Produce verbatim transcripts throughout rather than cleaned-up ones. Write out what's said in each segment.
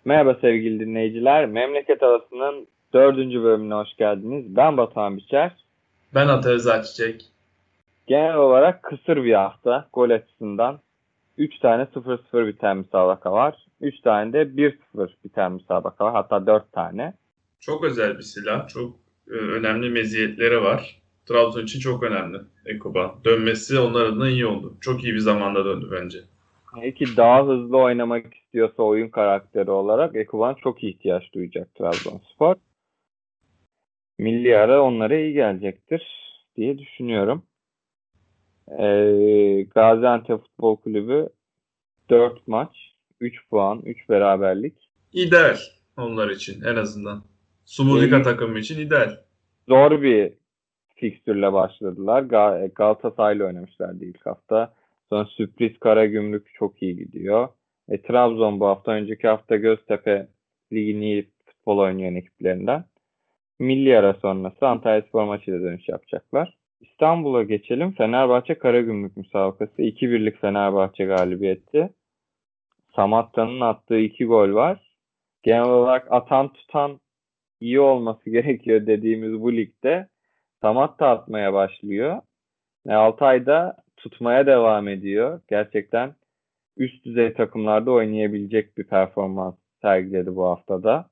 Merhaba sevgili dinleyiciler. Memleket Havası'nın dördüncü bölümüne hoş geldiniz. Ben Batuhan Biçer. Ben Ata Özaçiçek. Genel olarak kısır bir hafta gol açısından. üç tane sıfır sıfır biten müsabaka var. üç tane de bir sıfır biten müsabaka var. Hatta dört tane. Çok özel bir silah. Çok e, önemli meziyetleri var. Trabzon için çok önemli Ekuban. Dönmesi onlar adına iyi oldu. Çok iyi bir zamanda döndü bence. Ki daha hızlı oynamak istiyorsa oyun karakteri olarak Ekuban çok ihtiyaç duyacak Trabzonspor. Milli ara onlara iyi gelecektir diye düşünüyorum. Ee, Gaziantep Futbol Kulübü dört maç, üç puan, üç beraberlik. İdeal onlar için en azından. Sumudika E, takımı için ideal. Zor bir fikstürle başladılar. Ga- Galatasaray'la oynamışlardı ilk hafta. Sonra sürpriz Karagümrük çok iyi gidiyor. E, Trabzon bu hafta, önceki hafta Göztepe ligin iyi futbol oynayan ekiplerinden. Milli ara sonrası Antalyaspor maçıyla dönüş yapacaklar. İstanbul'a geçelim. Fenerbahçe Karagümrük müsabakası. iki birlik Fenerbahçe galibiyeti. Samatta'nın attığı iki gol var. Genel olarak atan tutan iyi olması gerekiyor dediğimiz bu ligde Samatta atmaya başlıyor. Ve Altay'da tutmaya devam ediyor. Gerçekten üst düzey takımlarda oynayabilecek bir performans sergiledi bu haftada.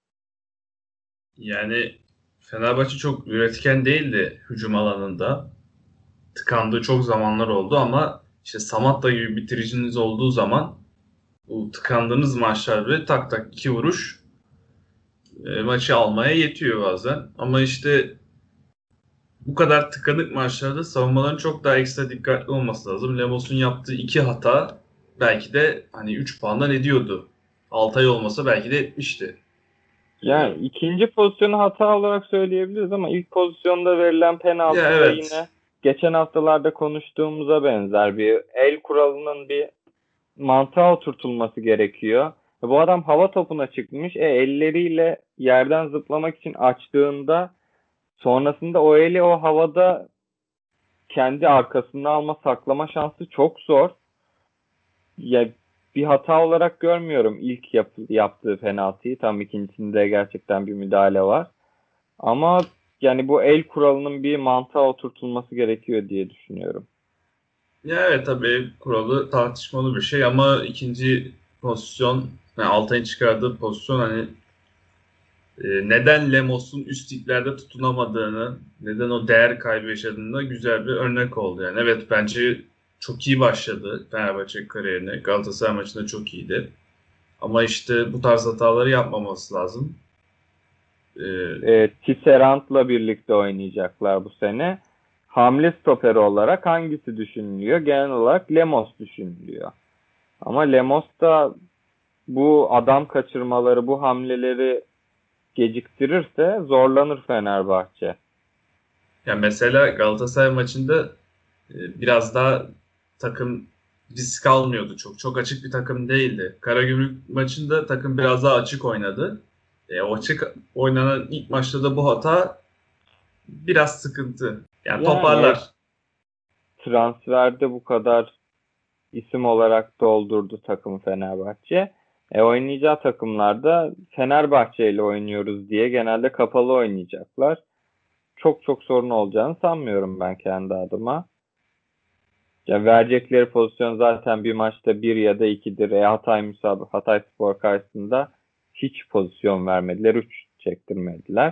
Yani Fenerbahçe çok üretken değildi hücum alanında. Tıkandığı çok zamanlar oldu ama işte Samatta gibi bitiriciniz olduğu zaman bu tıkandığınız maçlar bile tak tak iki vuruş e, maçı almaya yetiyor bazen. Ama işte bu kadar tıkanık maçlarda savunmaların çok daha ekstra dikkatli olması lazım. Lemos'un yaptığı iki hata belki de hani üç puandan ediyordu. Altay olmasa belki de etmişti. Ee, Yani ikinci pozisyonu hata olarak söyleyebiliriz ama ilk pozisyonda verilen ya penaltıda evet. yine geçen haftalarda konuştuğumuza benzer bir el kuralının bir mantığa oturtulması gerekiyor. Bu adam hava topuna çıkmış. E, elleriyle yerden zıplamak için açtığında sonrasında o eli o havada kendi arkasında alma, saklama şansı çok zor. Ya bir hata olarak görmüyorum ilk yap, yaptığı penaltıyı. Tam ikincisinde gerçekten bir müdahale var. Ama yani bu el kuralının bir mantığa oturtulması gerekiyor diye düşünüyorum. Ya evet tabii kuralı tartışmalı bir şey ama ikinci pozisyon yani Altay'ın çıkardığı pozisyon hani e, neden Lemos'un üst liglerde tutunamadığını, neden o değer kaybı yaşadığını güzel bir örnek oldu. Yani evet bence çok iyi başladı Fenerbahçe kariyerine. Galatasaray maçında çok iyiydi. Ama işte bu tarz hataları yapmaması lazım. Ee, E, Tisserand'la birlikte oynayacaklar bu sene. Hamle stoperi olarak hangisi düşünülüyor? Genel olarak Lemos düşünülüyor. Ama Lemos da bu adam kaçırmaları, bu hamleleri geciktirirse zorlanır Fenerbahçe. yani mesela Galatasaray maçında e, biraz daha takım risk almıyordu çok. Çok açık bir takım değildi. Karagümrük maçında takım biraz daha açık oynadı. E, o açık oynanan ilk maçta da bu hata biraz sıkıntı. Yani Yani toparlar. transferde bu kadar isim olarak doldurdu takım Fenerbahçe. E, oynayacağı takımlarda Fenerbahçe ile oynuyoruz diye genelde kapalı oynayacaklar. Çok çok sorun olacağını sanmıyorum ben kendi adıma. Ya verecekleri pozisyon zaten bir maçta bir ya da ikidir. E, Hatay müsabı Hatay Spor karşısında hiç pozisyon vermediler. Üç çektirmediler.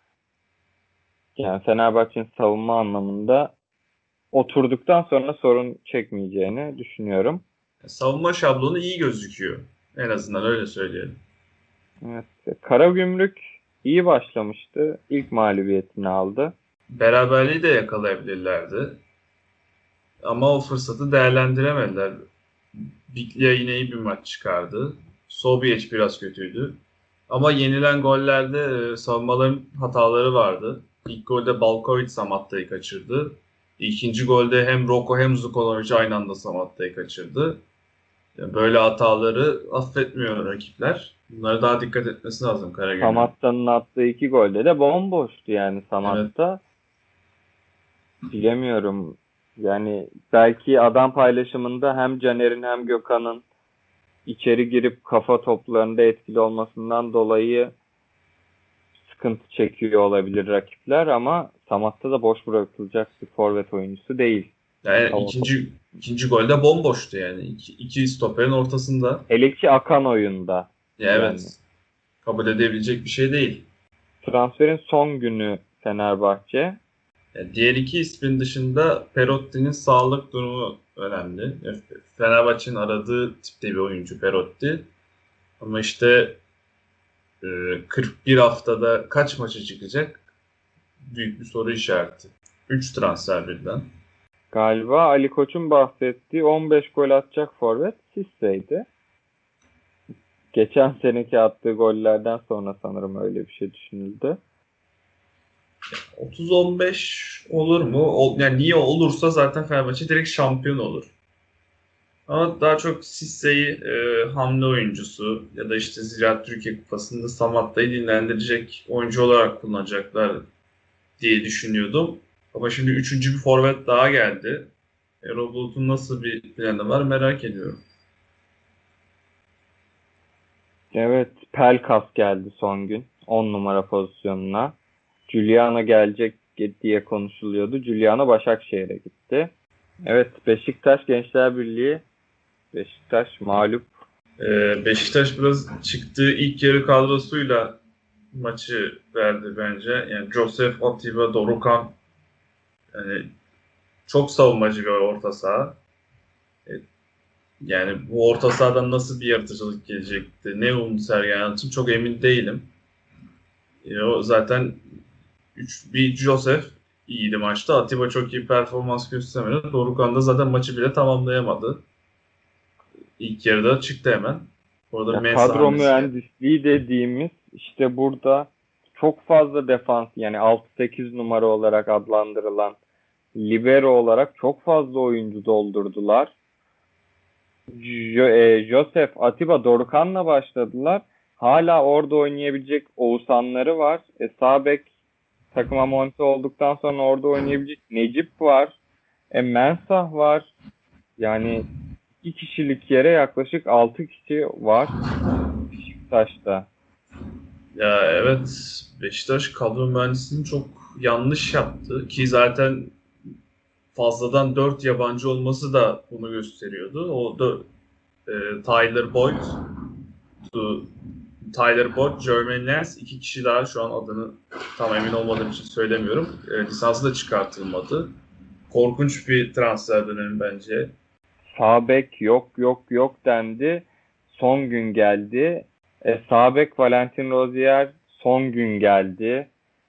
Yani Fenerbahçe'nin savunma anlamında oturduktan sonra sorun çekmeyeceğini düşünüyorum. Savunma şablonu iyi gözüküyor. En azından öyle söyleyelim. Evet. Karagümrük iyi başlamıştı. İlk mağlubiyetini aldı. Beraberliği de yakalayabilirlerdi. Ama o fırsatı değerlendiremediler. Biglia yine iyi bir maç çıkardı. Sobiec biraz kötüydü. Ama yenilen gollerde e, savunmaların hataları vardı. İlk golde Balkovic Samatta'yı kaçırdı. İkinci golde hem Roko hem Zukonovic aynı anda Samatta'yı kaçırdı. Yani böyle hataları affetmiyor rakipler. Bunlara daha dikkat etmesi lazım Karagümrük'ün. Samatta'nın attığı iki golde de bomboştu yani Evet. Samatta. Bilemiyorum. Yani belki adam paylaşımında hem Caner'in hem Gökhan'ın içeri girip kafa toplarında etkili olmasından dolayı sıkıntı çekiyor olabilir rakipler ama Samatta da boş bırakılacak bir forvet oyuncusu değil. Yani Hava ikinci ikinci golde bomboştu yani. İki, iki stoperin ortasında. Hele ki akan oyunda. Ya Yani. evet. Kabul edebilecek bir şey değil. Transferin son günü Fenerbahçe. Yani diğer iki ismin dışında Perotti'nin sağlık durumu önemli. Yani Fenerbahçe'nin aradığı tipte bir oyuncu Perotti. Ama işte e, kırk bir haftada kaç maça çıkacak? Büyük bir soru işareti. üç transfer birden. Galiba Ali Koç'un bahsettiği on beş gol atacak forvet Sisse'ydi. Geçen seneki attığı gollerden sonra sanırım öyle bir şey düşünüldü. otuz on beş olur mu? Ol, yani niye olursa zaten Fenerbahçe direkt şampiyon olur. Ama daha çok Sisse'yi e, hamle oyuncusu ya da işte Ziraat Türkiye Kupası'nda Samatta'yı dinlendirecek oyuncu olarak kullanacaklar diye düşünüyordum. Ama şimdi üçüncü bir forvet daha geldi. Erol Bulut'un nasıl bir planı var merak ediyorum. Evet, Pelkas geldi son gün on numara pozisyonuna. Giuliano gelecek diye konuşuluyordu. Giuliano Başakşehir'e gitti. Evet, Beşiktaş Gençler Birliği Beşiktaş mağlup. Ee, Beşiktaş biraz çıktığı ilk yarı kadrosuyla maçı verdi bence. Yani Joseph, Atiba, Dorukhan, yani çok savunmacı bir orta saha. E, Yani bu orta sahadan nasıl bir yaratıcılık gelecekti, ne umdu Sergen Yalçın çok emin değilim. E, o zaten üç, bir Joseph iyiydi maçta. Atiba çok iyi performans göstermedi. Dorukhan da zaten maçı bile tamamlayamadı. İlk yarıda çıktı hemen. Orada Ya Mensah kadro hamlesi geldi. mühendisliği dediğimiz işte burada çok fazla defans yani altı sekiz numara olarak adlandırılan libero olarak çok fazla oyuncu doldurdular. Jo e, Joseph, Atiba, Dorukhan'la başladılar. Hala orada oynayabilecek Oğuzhanları var. E, sağ bek takıma monte olduktan sonra orada oynayabilecek Necip var. E, Mensah var. Yani iki kişilik yere yaklaşık altı kişi var Beşiktaş'ta. Ya evet, Beşiktaş kadro mühendisliğini çok yanlış yaptı ki zaten fazladan dört yabancı olması da bunu gösteriyordu. O da e, Tyler Boyd, tu- Tyler Boyd, Jermaine Lens iki kişi daha şu an adını tam emin olmadığım için söylemiyorum. E, lisansı da çıkartılmadı. Korkunç bir transfer dönemi bence. Sağ bek yok yok yok dendi. Son gün geldi. E, sağ bek Valentin Rozier son gün geldi.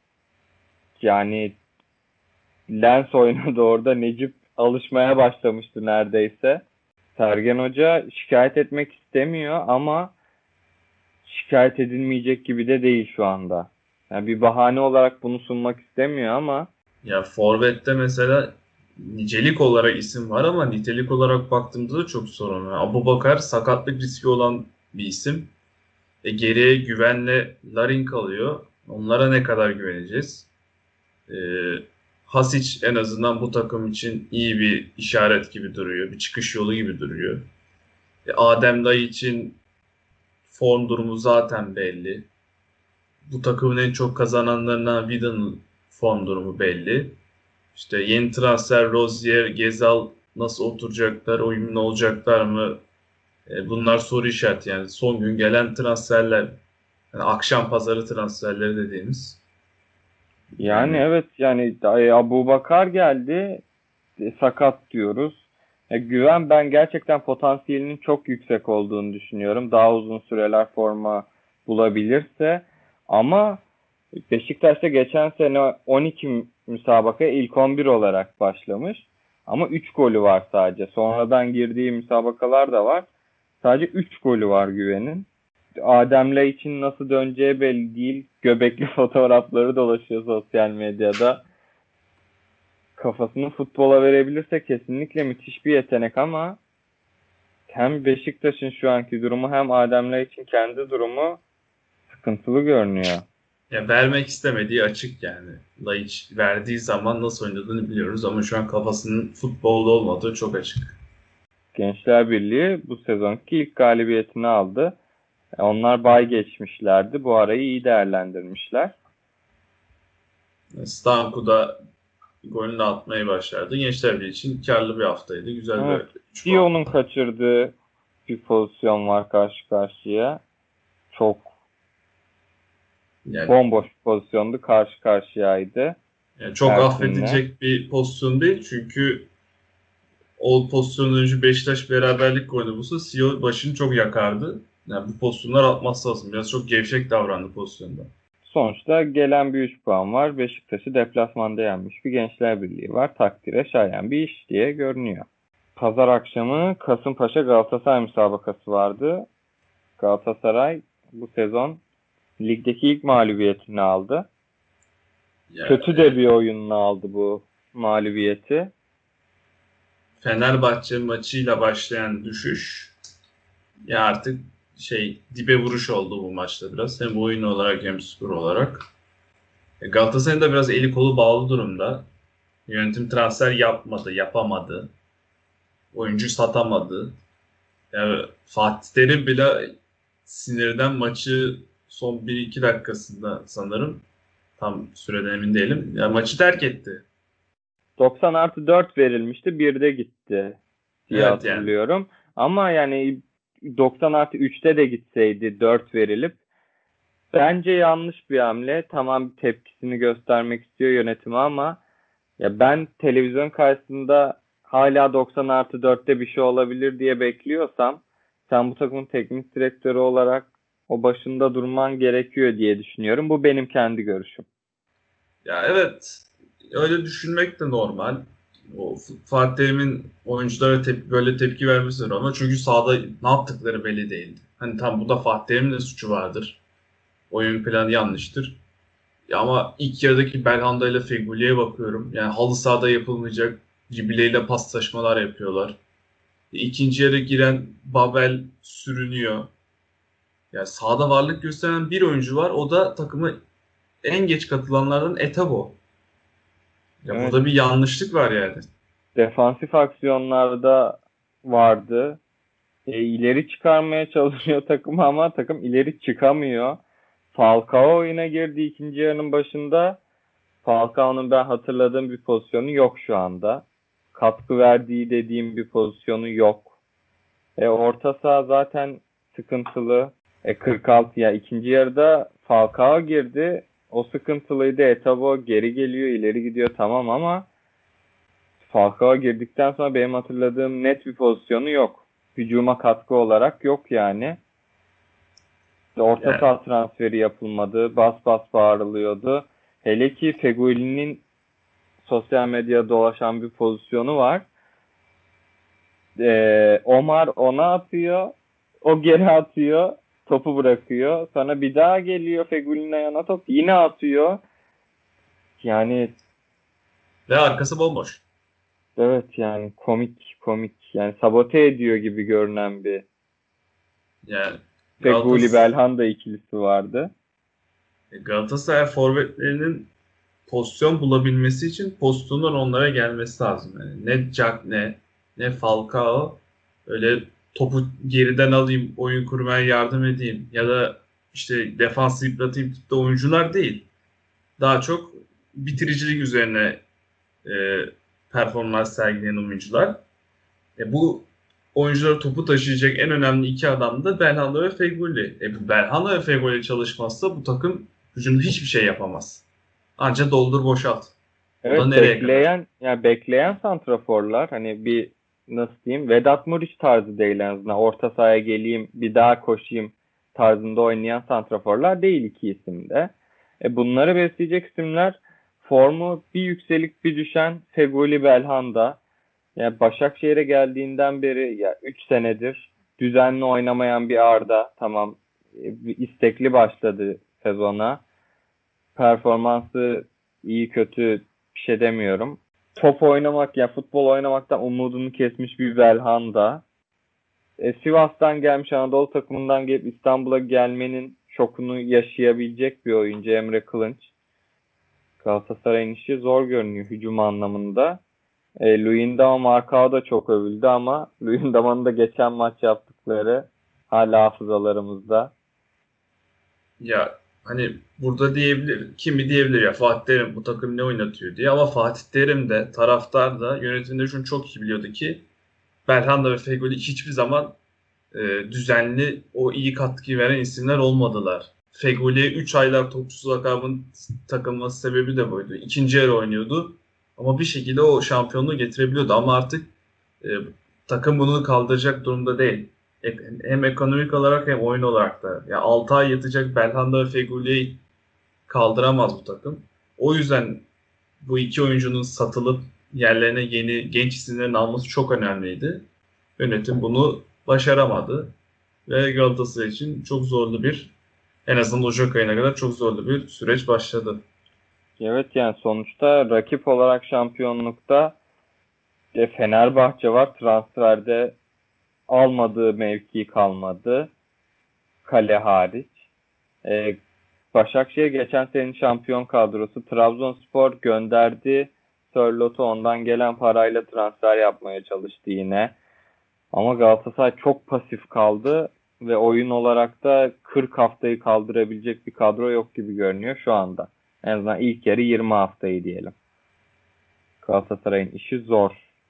Yani Lens oynadı orada. Necip alışmaya başlamıştı neredeyse. Sergen Hoca şikayet etmek istemiyor ama şikayet edilmeyecek gibi de değil şu anda. Yani bir bahane olarak bunu sunmak istemiyor ama Ya Forvet'te mesela nicelik olarak isim var ama nitelik olarak baktığımda da çok sorun var. Abubakar sakatlık riski olan bir isim. E geriye güvenle Larin kalıyor. Onlara ne kadar güveneceğiz? E, Hasic en azından bu takım için iyi bir işaret gibi duruyor. Bir çıkış yolu gibi duruyor. E, Adem Dayı için form durumu zaten belli. Bu takımın en çok kazananlarından Vida'nın form durumu belli. İşte yeni transfer Rozier, Gezal nasıl oturacaklar, uyumlu olacaklar mı? E, bunlar soru işareti yani. Son gün gelen transferler, yani akşam pazarı transferleri dediğimiz. yani Yani evet yani e, Abubakar geldi e, sakat diyoruz. E, güven ben gerçekten potansiyelinin çok yüksek olduğunu düşünüyorum. Daha uzun süreler forma bulabilirse ama Beşiktaş'ta geçen sene on iki müsabakaya ilk on bir olarak başlamış. Ama üç golü var sadece. Sonradan girdiği müsabakalar da var. Sadece üç golü var Güven'in. Adem'le için nasıl döneceği belli değil. Göbekli fotoğrafları dolaşıyor sosyal medyada. Kafasını futbola verebilirse kesinlikle müthiş bir yetenek ama hem Beşiktaş'ın şu anki durumu hem Adem'le için kendi durumu sıkıntılı görünüyor. ya vermek istemediği açık yani. Laiç verdiği zaman nasıl oynadığını biliyoruz ama şu an kafasının futbolda olmadığı çok açık. Gençler Birliği bu sezonki ilk galibiyetini aldı. Onlar bay geçmişlerdi. Bu arayı iyi değerlendirmişler. Stanku da golünü atmayı başardı. Gençler Birliği için karlı bir haftaydı. Güzel Evet. bir üç puan. Dion'un kaçırdığı bir pozisyon var karşı karşıya. Çok Yani, bomboş bir pozisyondu. Karşı karşıyaydı. yani çok Ersin'le. affedilecek bir pozisyon değil. Çünkü o pozisyonun önce Beşiktaş beraberlik golü bulsa C E O başını çok yakardı. Yani bu pozisyonlar atması lazım. Biraz çok gevşek davrandı pozisyonda. Sonuçta gelen bir üç puan var. Beşiktaş'ı deplasmanda yenmiş bir Gençler Birliği var. Takdire şayan bir iş diye görünüyor. Pazar akşamı Kasımpaşa Galatasaray müsabakası vardı. Galatasaray bu sezon ligdeki ilk mağlubiyetini aldı. Yani, Kötü de bir oyununu aldı bu mağlubiyeti. Fenerbahçe maçıyla başlayan düşüş ya artık şey dibe vuruş oldu bu maçta biraz. Hem oyun olarak hem skor olarak. E, Galatasaray'ın da biraz eli kolu bağlı durumda. Yönetim transfer yapmadı, yapamadı. Oyuncu satamadı. Yani Fatih Terim bile sinirden maçı son bir iki dakikasında sanırım, tam süreden emin değilim, ya maçı terk etti. doksan artı dört verilmişti. Bir de gitti diye Evet, yani. hatırlıyorum. Ama yani doksan artı üçte de gitseydi dört verilip bence yanlış bir hamle. Tamam, tepkisini göstermek istiyor yönetimi ama ya ben televizyon karşısında hala doksan artı dörtte bir şey olabilir diye bekliyorsam sen bu takımın teknik direktörü olarak o başında durman gerekiyor diye düşünüyorum. Bu benim kendi görüşüm. Ya evet, öyle düşünmek de normal. O F- Fatih Terim'in oyunculara tep- böyle tepki vermesi normal. Çünkü sahada ne yaptıkları belli değildi. Hani tam bu da Fatih Terim'in de suçu vardır. Oyun planı yanlıştır. Ya ama ilk yarıdaki Belhanda ile Fegüli'ye bakıyorum. Yani halı sahada yapılmayacak birbirleriyle paslaşmalar yapıyorlar. İkinci yarı giren Babel sürünüyor. Yani sahada varlık gösteren bir oyuncu var. O da takıma en geç katılanlardan Etebo. Ya Evet, burada bir yanlışlık var yani. defansif aksiyonlarda vardı. E, ileri çıkarmaya çalışıyor takım ama takım ileri çıkamıyor. Falcao oyuna girdi ikinci yarının başında. Falcao'nun ben hatırladığım bir pozisyonu yok şu anda. Katkı verdiği dediğim bir pozisyonu yok. E, orta saha zaten sıkıntılı. E, kırk altı ya ikinci yarıda Falcao girdi. O sıkıntılıydı. Etabo geri geliyor, ileri gidiyor tamam ama Falcao girdikten sonra benim hatırladığım net bir pozisyonu yok. Hücuma katkı olarak yok yani. Orta Yani, saha transferi yapılmadı. Bas bas bağırılıyordu. Hele ki Feghouni'nin sosyal medyada dolaşan bir pozisyonu var. Ee, Omar ona atıyor. O geri atıyor. Topu bırakıyor. Sonra bir daha geliyor Feghouni'nin ayağına top. Yine atıyor. Yani ve arkası bomboş. evet yani komik komik. Yani sabote ediyor gibi görünen bir Yani Feghouli Galatasaray, Belhanda ikilisi vardı. Galatasaray forvetlerinin pozisyon bulabilmesi için pozisyonlar onlara gelmesi lazım. Yani ne Jack ne ne Falcao öyle topu geriden alayım, oyun kurmaya yardım edeyim ya da işte defansı yıpratayım tipte oyuncular değil. Daha çok bitiricilik üzerine e, performans sergileyen oyuncular. E, bu oyuncuları topu taşıyacak en önemli iki adam da Belhanda ve Feghouli. E, bu Belhanda ve Feghouli çalışmazsa bu takım hücumda hiçbir şey yapamaz. Anca doldur boşalt. O da Evet, nereye kadar? bekleyen yani bekleyen santraforlar hani bir nasıl diyeyim Vedat Muriç tarzı değil en azından orta sahaya geleyim bir daha koşayım tarzında oynayan santraforlar değil iki isim de. E bunları besleyecek isimler formu bir yükselik bir düşen Feghouli Belhanda. Yani Başakşehir'e geldiğinden beri ya üç senedir düzenli oynamayan bir Arda tamam e, bir istekli başladı sezona. Performansı iyi kötü bir şey demiyorum. Top oynamak ya futbol oynamaktan umudunu kesmiş bir Belhanda. E, Sivas'tan gelmiş Anadolu takımından gelip İstanbul'a gelmenin şokunu yaşayabilecek bir oyuncu Emre Kılınç. Galatasaray'ın işi zor görünüyor hücum anlamında. E, Luyendama Markao da çok övüldü ama Luyendama'nın da geçen maç yaptıkları hala hafızalarımızda. Ya hani burada diyebilir, kimi diyebilir ya Fatih Terim bu takım ne oynatıyor diye, ama Fatih Terim de taraftar da yönetimde şunu çok iyi biliyordu ki Belhanda ve Fegoli hiçbir zaman e, düzenli o iyi katkıyı veren isimler olmadılar. Fegoli'ye üç aylar topçusu lakabının takılması sebebi de buydu. İkinci yarı oynuyordu ama bir şekilde o şampiyonluğu getirebiliyordu, ama artık e, takım bunu kaldıracak durumda değil. E, hem ekonomik olarak hem oyun olarak da. Ya altı ay yatacak Belhanda ve Fegoli'yi kaldıramaz bu takım. O yüzden bu iki oyuncunun satılıp yerlerine yeni genç isimlerin alması çok önemliydi. Yönetim bunu başaramadı ve Galatasaray için çok zorlu bir, en azından Ocak ayına kadar çok zorlu bir süreç başladı. Evet, yani sonuçta rakip olarak şampiyonlukta e, Fenerbahçe var. Transferde almadığı mevki kalmadı. Kale hariç. E, Başakşehir geçen senenin şampiyon kadrosu. Trabzonspor gönderdi. Sörlot'u ondan gelen parayla transfer yapmaya çalıştı yine. Ama Galatasaray çok pasif kaldı ve oyun olarak da kırk haftayı kaldırabilecek bir kadro yok gibi görünüyor şu anda. En azından ilk yarı yirmi haftayı diyelim. Galatasaray'ın işi zor.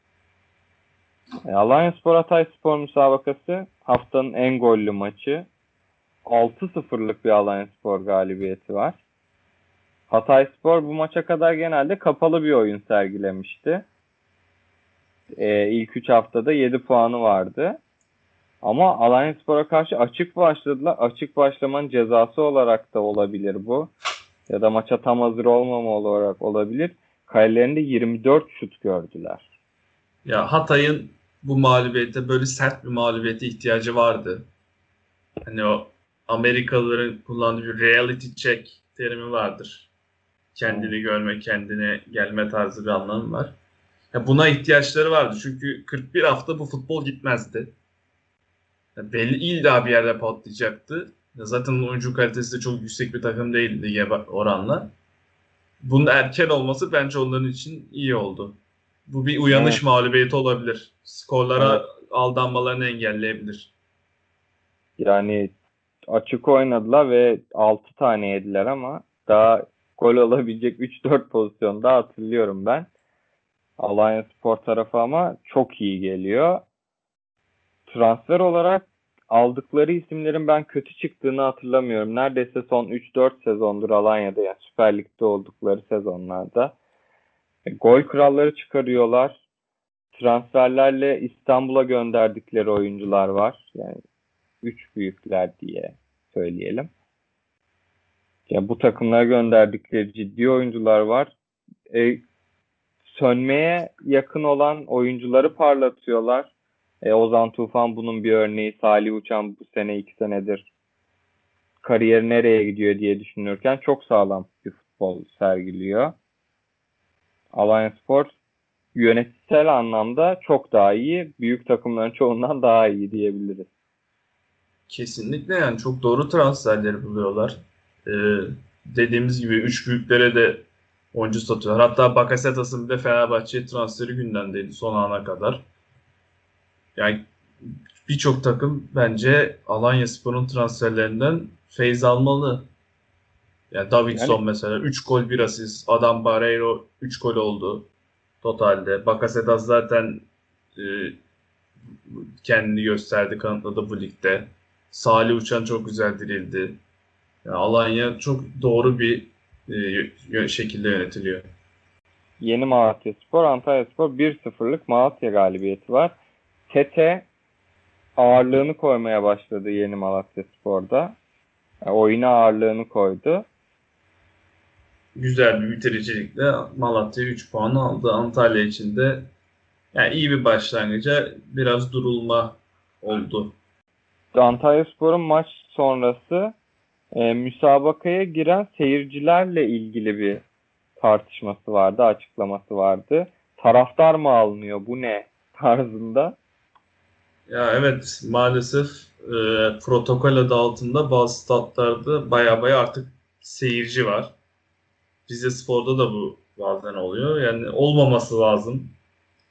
E, Alanyaspor Hatayspor müsabakası haftanın en gollü maçı. altı sıfırlık bir Alanyaspor galibiyeti var. Hatayspor bu maça kadar genelde kapalı bir oyun sergilemişti. E, ilk üç haftada yedi puanı vardı. Ama Alanyaspor'a karşı açık başladılar. Açık başlamanın cezası olarak da olabilir bu. Ya da maça tam hazır olmama olarak olabilir. Kalelerinde yirmi dört şut gördüler. Ya Hatay'ın bu mağlubiyete, böyle sert bir mağlubiyete ihtiyacı vardı. Hani o Amerikalıların kullandığı bir reality check terimi vardır. Kendini görme, kendine gelme tarzı bir anlamı var. Ya buna ihtiyaçları vardı. Çünkü kırk bir hafta bu futbol gitmezdi. Ya belli illa bir yerde patlayacaktı. Ya zaten oyuncu kalitesi de çok yüksek bir takım değildi lige oranla. Bunun erken olması bence onların için iyi oldu. Bu bir uyanış Evet, mağlubiyeti olabilir. evet. Skorlara aldanmalarını engelleyebilir. Yani açık oynadılar ve altı tane yediler ama daha gol olabilecek üç dört pozisyonda hatırlıyorum ben. Alanyaspor tarafı ama çok iyi geliyor. Transfer olarak aldıkları isimlerin ben kötü çıktığını hatırlamıyorum. Neredeyse son üç dört sezondur Alanya'da, yani Süper Lig'de oldukları sezonlarda. E, gol kralları çıkarıyorlar. Transferlerle İstanbul'a gönderdikleri oyuncular var. Yani üç büyükler diye söyleyelim. Ya bu takımlara gönderdikleri ciddi oyuncular var. E, Sönmeye yakın olan oyuncuları parlatıyorlar. E, Ozan Tufan bunun bir örneği. Salih Uçan bu sene iki senedir kariyeri nereye gidiyor diye düşünürken çok sağlam bir futbol sergiliyor. Alanyaspor yönetsel anlamda çok daha iyi. Büyük takımların çoğundan daha iyi diyebiliriz. Kesinlikle, yani çok doğru transferleri buluyorlar. Ee, dediğimiz gibi üç büyüklere de oyuncu satıyorlar. Hatta Bakasetas'ın bir de Fenerbahçe transferi gündemdeydi son ana kadar. Yani birçok takım bence Alanyaspor'un transferlerinden feyz almalı. Yani Yani Davidson mesela üç gol bir asist. Adam Barreiro üç gol oldu totalde. Bakasetas zaten e, kendini gösterdi, kanıtladı bu ligde. Salih Uçan çok güzel dirildi. Yani Alanya çok doğru bir e, şekilde yönetiliyor. Yeni Malatyaspor, Antalyaspor bir sıfırlık Malatya galibiyeti var. Tete ağırlığını koymaya başladı Yeni Malatyaspor'da. Yani oyuna ağırlığını koydu. Güzel bir bitiricilikle Malatya üç puan aldı. Antalya için de yani iyi bir başlangıca biraz durulma oldu. Antalyaspor'un maç sonrası e, müsabakaya giren seyircilerle ilgili bir tartışması vardı, açıklaması vardı. Taraftar mı alınıyor, bu ne tarzında. Ya evet, maalesef e, protokol adı altında bazı statlarda baya baya artık seyirci var. Rizespor'da da bu bazen oluyor. Yani olmaması lazım.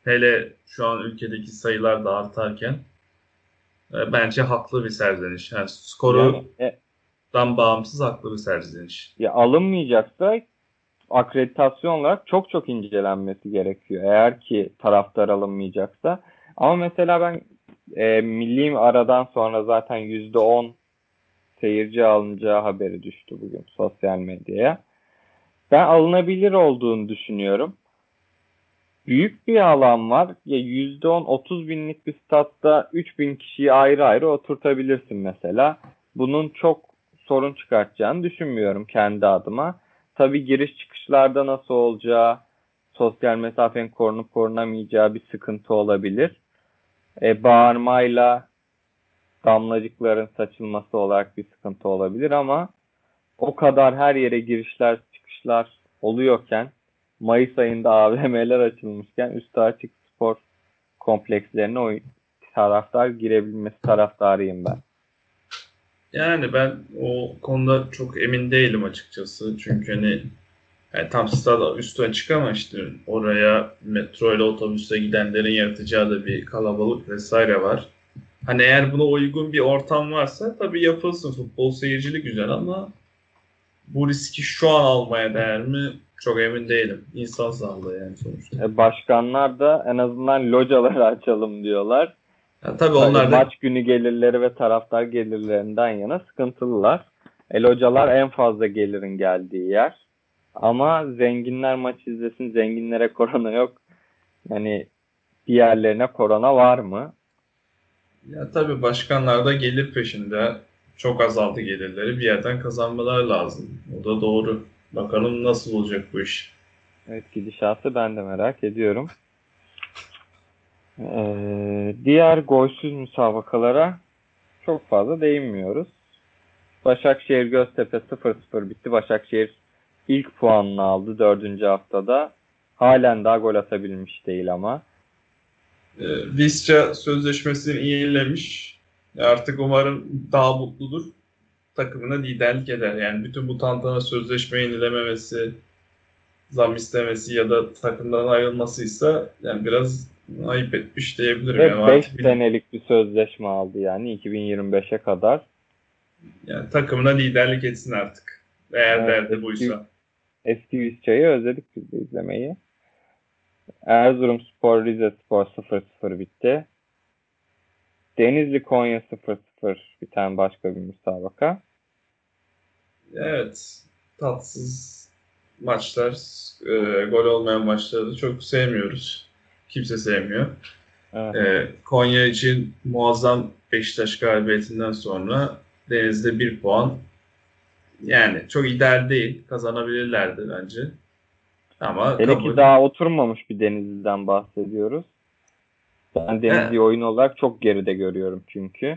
Hele şu an ülkedeki sayılar da artarken e, bence haklı bir serzeniş. Yani skorudan Yani e, bağımsız haklı bir serzeniş. ya alınmayacaksa akreditasyon olarak çok çok incelenmesi gerekiyor. Eğer ki taraftar alınmayacaksa. Ama mesela ben e, milli aradan sonra zaten yüzde on seyirci alınacağı haberi düştü bugün sosyal medyaya. Ben alınabilir olduğunu düşünüyorum. Büyük bir alan var. Ya yüzde on otuz binlik bir statta üç bin kişiyi ayrı ayrı oturtabilirsin mesela. Bunun çok sorun çıkartacağını düşünmüyorum kendi adıma. Tabii giriş çıkışlarda nasıl olacağı, sosyal mesafenin korunup korunamayacağı bir sıkıntı olabilir. E, bağırmayla damlacıkların saçılması olarak bir sıkıntı olabilir ama o kadar her yere girişler çıkışlar oluyorken Mayıs ayında A V M'ler açılmışken üstü açık spor komplekslerine o taraftar girebilmesi taraftarıyım ben. Yani ben o konuda çok emin değilim açıkçası. Çünkü hani yani tam stada üstü açık ama işte oraya metro ile otobüste gidenlerin yaratacağı da bir kalabalık vesaire var. Hani eğer buna uygun bir ortam varsa tabii yapılsın. Futbol seyircili güzel ama bu riski şu an almaya değer mi? Çok emin değilim. İnsan sağlığı yani sonuçta. E, başkanlar da en azından locaları açalım diyorlar. Ya tabii Ta- onlar da maç günü gelirleri ve taraftar gelirlerinden yana sıkıntılılar. E, localar en fazla gelirin geldiği yer. Ama zenginler maç izlesin, zenginlere korona yok. Yani diğerlerine korona var mı? ya tabii başkanlar da gelir peşinde. Çok azaldı gelirleri. Bir yerden kazanmalar lazım. O da doğru. Bakalım nasıl olacak bu iş. Evet, gidişatı ben de merak ediyorum. Ee, diğer golsüz müsabakalara çok fazla değinmiyoruz. Başakşehir Göztepe sıfır sıfır bitti. Başakşehir ilk puanını aldı dördüncü haftada. Halen daha gol atabilmiş değil ama. Ee, Visca sözleşmesini yenilemiş. Artık umarım daha mutludur. Takımına liderlik eder. Yani bütün bu tantana sözleşme yenilememesi, zam istemesi ya da takımdan ayrılmasıysa yani biraz ayıp etmiş diyebilirim. Yani Ve beş artık bir, senelik bir sözleşme aldı yani iki bin yirmi beşe kadar. yani takımına liderlik etsin artık. Eğer Evet, derdi eski buysa. eski Vizca'yı özledik biz de izlemeyi. Erzurumspor Rizespor sıfır sıfır bitti. Denizli Konya sıfır sıfır biten başka bir müsabaka. Evet, tatsız maçlar, e, gol olmayan maçları da çok sevmiyoruz. Kimse sevmiyor. Evet. E, Konya için muazzam Beşiktaş galibiyetinden sonra Deniz'de bir puan. Yani çok ideal değil. Kazanabilirlerdi bence. Ama Hele ki kabul. daha oturmamış bir Denizli'den bahsediyoruz. Ben E, Denizli'yi oyun olarak çok geride görüyorum çünkü.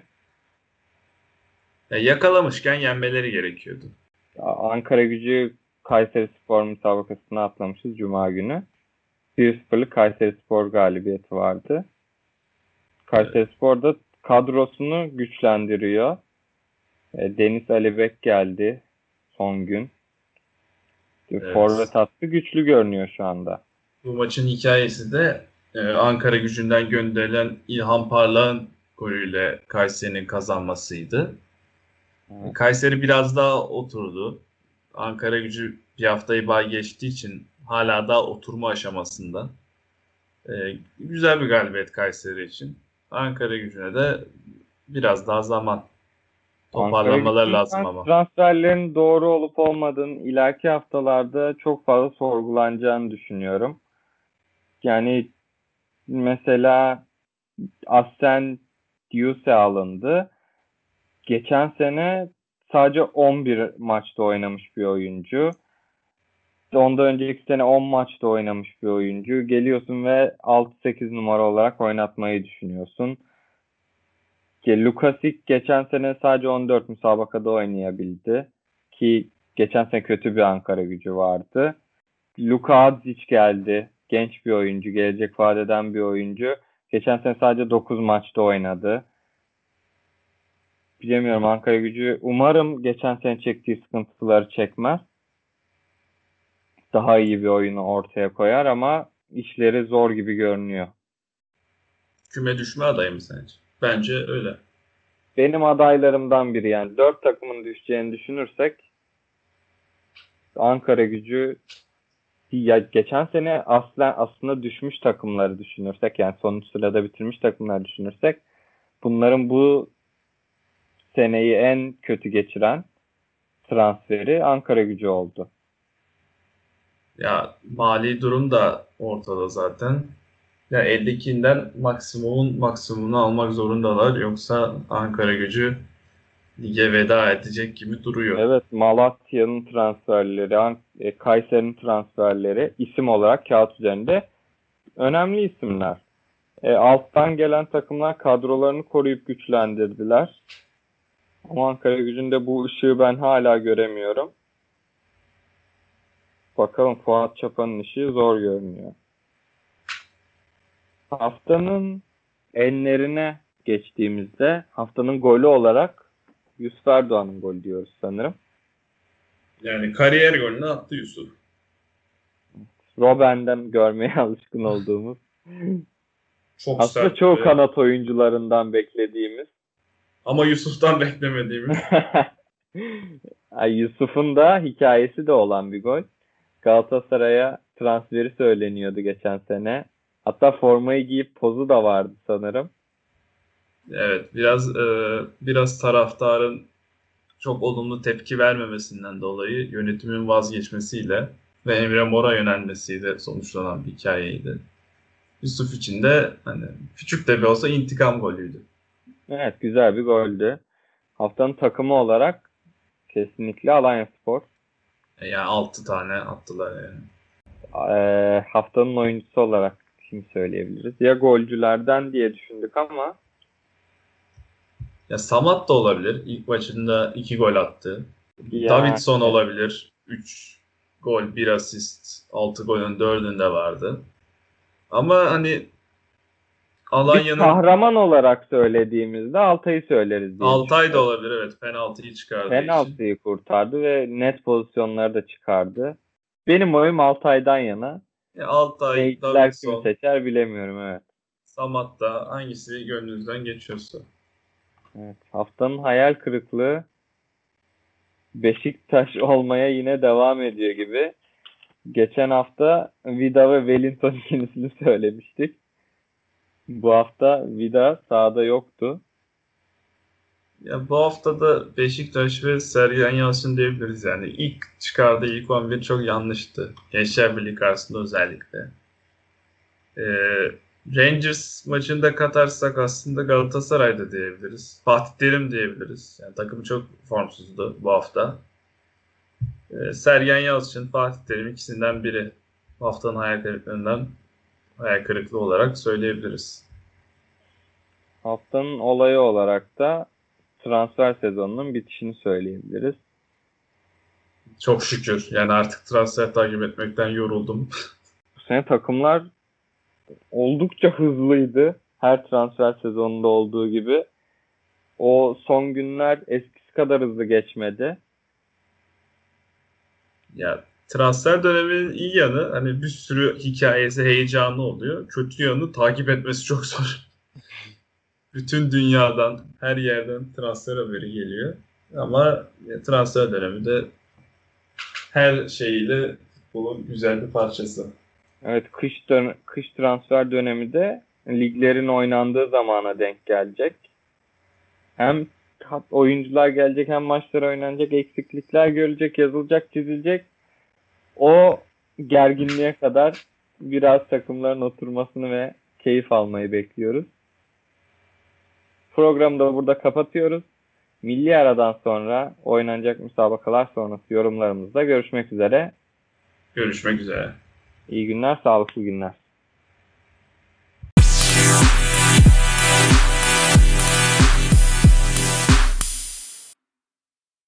e, yakalamışken yenmeleri gerekiyordu. Ankara Gücü Kayserispor müsabakasına atlamışız Cuma günü. bir sıfırlık Kayserispor galibiyeti vardı. Evet. Kayserispor da kadrosunu güçlendiriyor. E, Deniz Alibek geldi son gün. E, Evet. Forvet hattı güçlü görünüyor şu anda. Bu maçın hikayesi de e, Ankara Gücü'nden gönderilen İlhan Parlak'ın golüyle Kayseri'nin kazanmasıydı. E, Evet. Kayseri biraz daha oturdu. Ankara Gücü bir haftayı bay geçtiği için hala daha oturma aşamasında. E, güzel bir galibiyet Kayseri için. Ankara Gücü'ne de biraz daha zaman Ankara toparlamalar Gücü'nün lazım ben ama. transferlerin doğru olup olmadığını ileriki haftalarda çok fazla sorgulanacağını düşünüyorum. Yani mesela Aslen Diuse alındı. Geçen sene sadece on bir maçta oynamış bir oyuncu. Ondan önceki sene on maçta oynamış bir oyuncu. Geliyorsun ve altı sekiz numara olarak oynatmayı düşünüyorsun. Ki Lukasic geçen sene sadece on dört müsabakada oynayabildi. Ki geçen sene kötü bir Ankara Gücü vardı. Luka Adzic geldi. Genç bir oyuncu, gelecek vaat eden bir oyuncu. Geçen sene sadece dokuz maçta oynadı. Bilemiyorum, Ankara Gücü umarım geçen sene çektiği sıkıntıları çekmez. Daha iyi bir oyunu ortaya koyar ama işleri zor gibi görünüyor. küme düşme adayı mı sence? Bence öyle. Benim adaylarımdan biri yani. Dört takımın düşeceğini düşünürsek Ankaragücü, ya geçen sene aslen aslında düşmüş takımları düşünürsek, yani son sırada bitirmiş takımları düşünürsek, bunların bu seneyi en kötü geçiren transferi Ankaragücü oldu. Ya mali durum da ortada zaten. Ya eldekinden maksimumun maksimumunu almak zorundalar. Yoksa Ankaragücü lige veda edecek gibi duruyor. Evet, Malatya'nın transferleri, An- e, Kayseri'nin transferleri isim olarak kağıt üzerinde önemli isimler. E, alttan gelen takımlar kadrolarını koruyup güçlendirdiler. Ama Ankaragücü'nün de bu ışığı ben hala göremiyorum. Bakalım, Fuat Çapa'nın işi zor görünüyor. Haftanın enlerine geçtiğimizde haftanın golü olarak Yusuf Erdoğan'ın golü diyoruz sanırım. Yani kariyer golünü attı Yusuf. Robben'den görmeye alışkın olduğumuz. Çok Aslında sert çoğu ve kanat oyuncularından beklediğimiz. ama Yusuf'tan beklemediğimiz. Ay, Yusuf'un da hikayesi de olan bir gol. Galatasaray'a transferi söyleniyordu geçen sene. Hatta formayı giyip pozu da vardı sanırım. Evet, biraz e, biraz taraftarın çok olumlu tepki vermemesinden dolayı yönetimin vazgeçmesiyle ve Emre Mor'a yönelmesiyle sonuçlanan bir hikayeydi. Yusuf için de hani küçük de bir olsa intikam golüydü. Evet, güzel bir goldü. Haftanın takımı olarak kesinlikle Alanyaspor. E, yani altı tane attılar yani. Ee, haftanın oyuncusu olarak kim söyleyebiliriz? Ya golcülerden diye düşündük ama Ya Samat da olabilir. İlk maçında iki gol attı. yani Davidson olabilir. üç gol, bir asist. altı golün dördünde vardı. Ama hani biz Alanya'nın kahraman olarak söylediğimizde Altay'ı söyleriz diye Altay da düşünüyorum. olabilir, evet, penaltıyı çıkardığı için. Penaltıyı kurtardı ve net pozisyonları da çıkardı. Benim oyum Altay'dan yana. E, Altay, Seyirciler kimi Davidson, seçer bilemiyorum, evet. Samat da hangisi gönlünüzden geçiyorsa. Evet. Haftanın hayal kırıklığı Beşiktaş olmaya yine devam ediyor gibi. Geçen hafta Vida ve Wellington ikilisini söylemiştik. Bu hafta Vida sahada yoktu. Ya bu hafta da Beşiktaş ve Sergen Yalçın diyebiliriz yani. İlk çıkardığı ilk on bir çok yanlıştı. Gençler Birliği karşısında özellikle. Ee, Rangers maçında katarsak aslında Galatasaray'da diyebiliriz. Fatih Terim diyebiliriz. Yani takım çok formsuzdu bu hafta. Ee, Sergen Yalçın, Fatih Terim ikisinden biri. Bu haftanın hayal kırıklığından hayal kırıklığı olarak söyleyebiliriz. Haftanın olayı olarak da transfer sezonunun bitişini söyleyebiliriz. Çok şükür. Yani artık transfer takip etmekten yoruldum. Bu sene takımlar oldukça hızlıydı. Her transfer sezonunda olduğu gibi. O son günler eskisi kadar hızlı geçmedi. Ya transfer döneminin iyi yanı hani bir sürü hikayesi, heyecanı oluyor. Kötü yanı takip etmesi çok zor. Bütün dünyadan, her yerden transfer haberi geliyor. Ama transfer dönemi de her şeyiyle futbolun güzel bir parçası. Evet, kış dön kış transfer dönemi de liglerin oynandığı zamana denk gelecek. Hem kat- oyuncular gelecek, hem maçlar oynanacak, eksiklikler görülecek, yazılacak, çizilecek. O gerginliğe kadar biraz takımların oturmasını ve keyif almayı bekliyoruz. Programı da burada kapatıyoruz. Milli aradan sonra oynanacak müsabakalar sonrası yorumlarımızda görüşmek üzere. Görüşmek üzere. İyi günler, sağlıklı günler.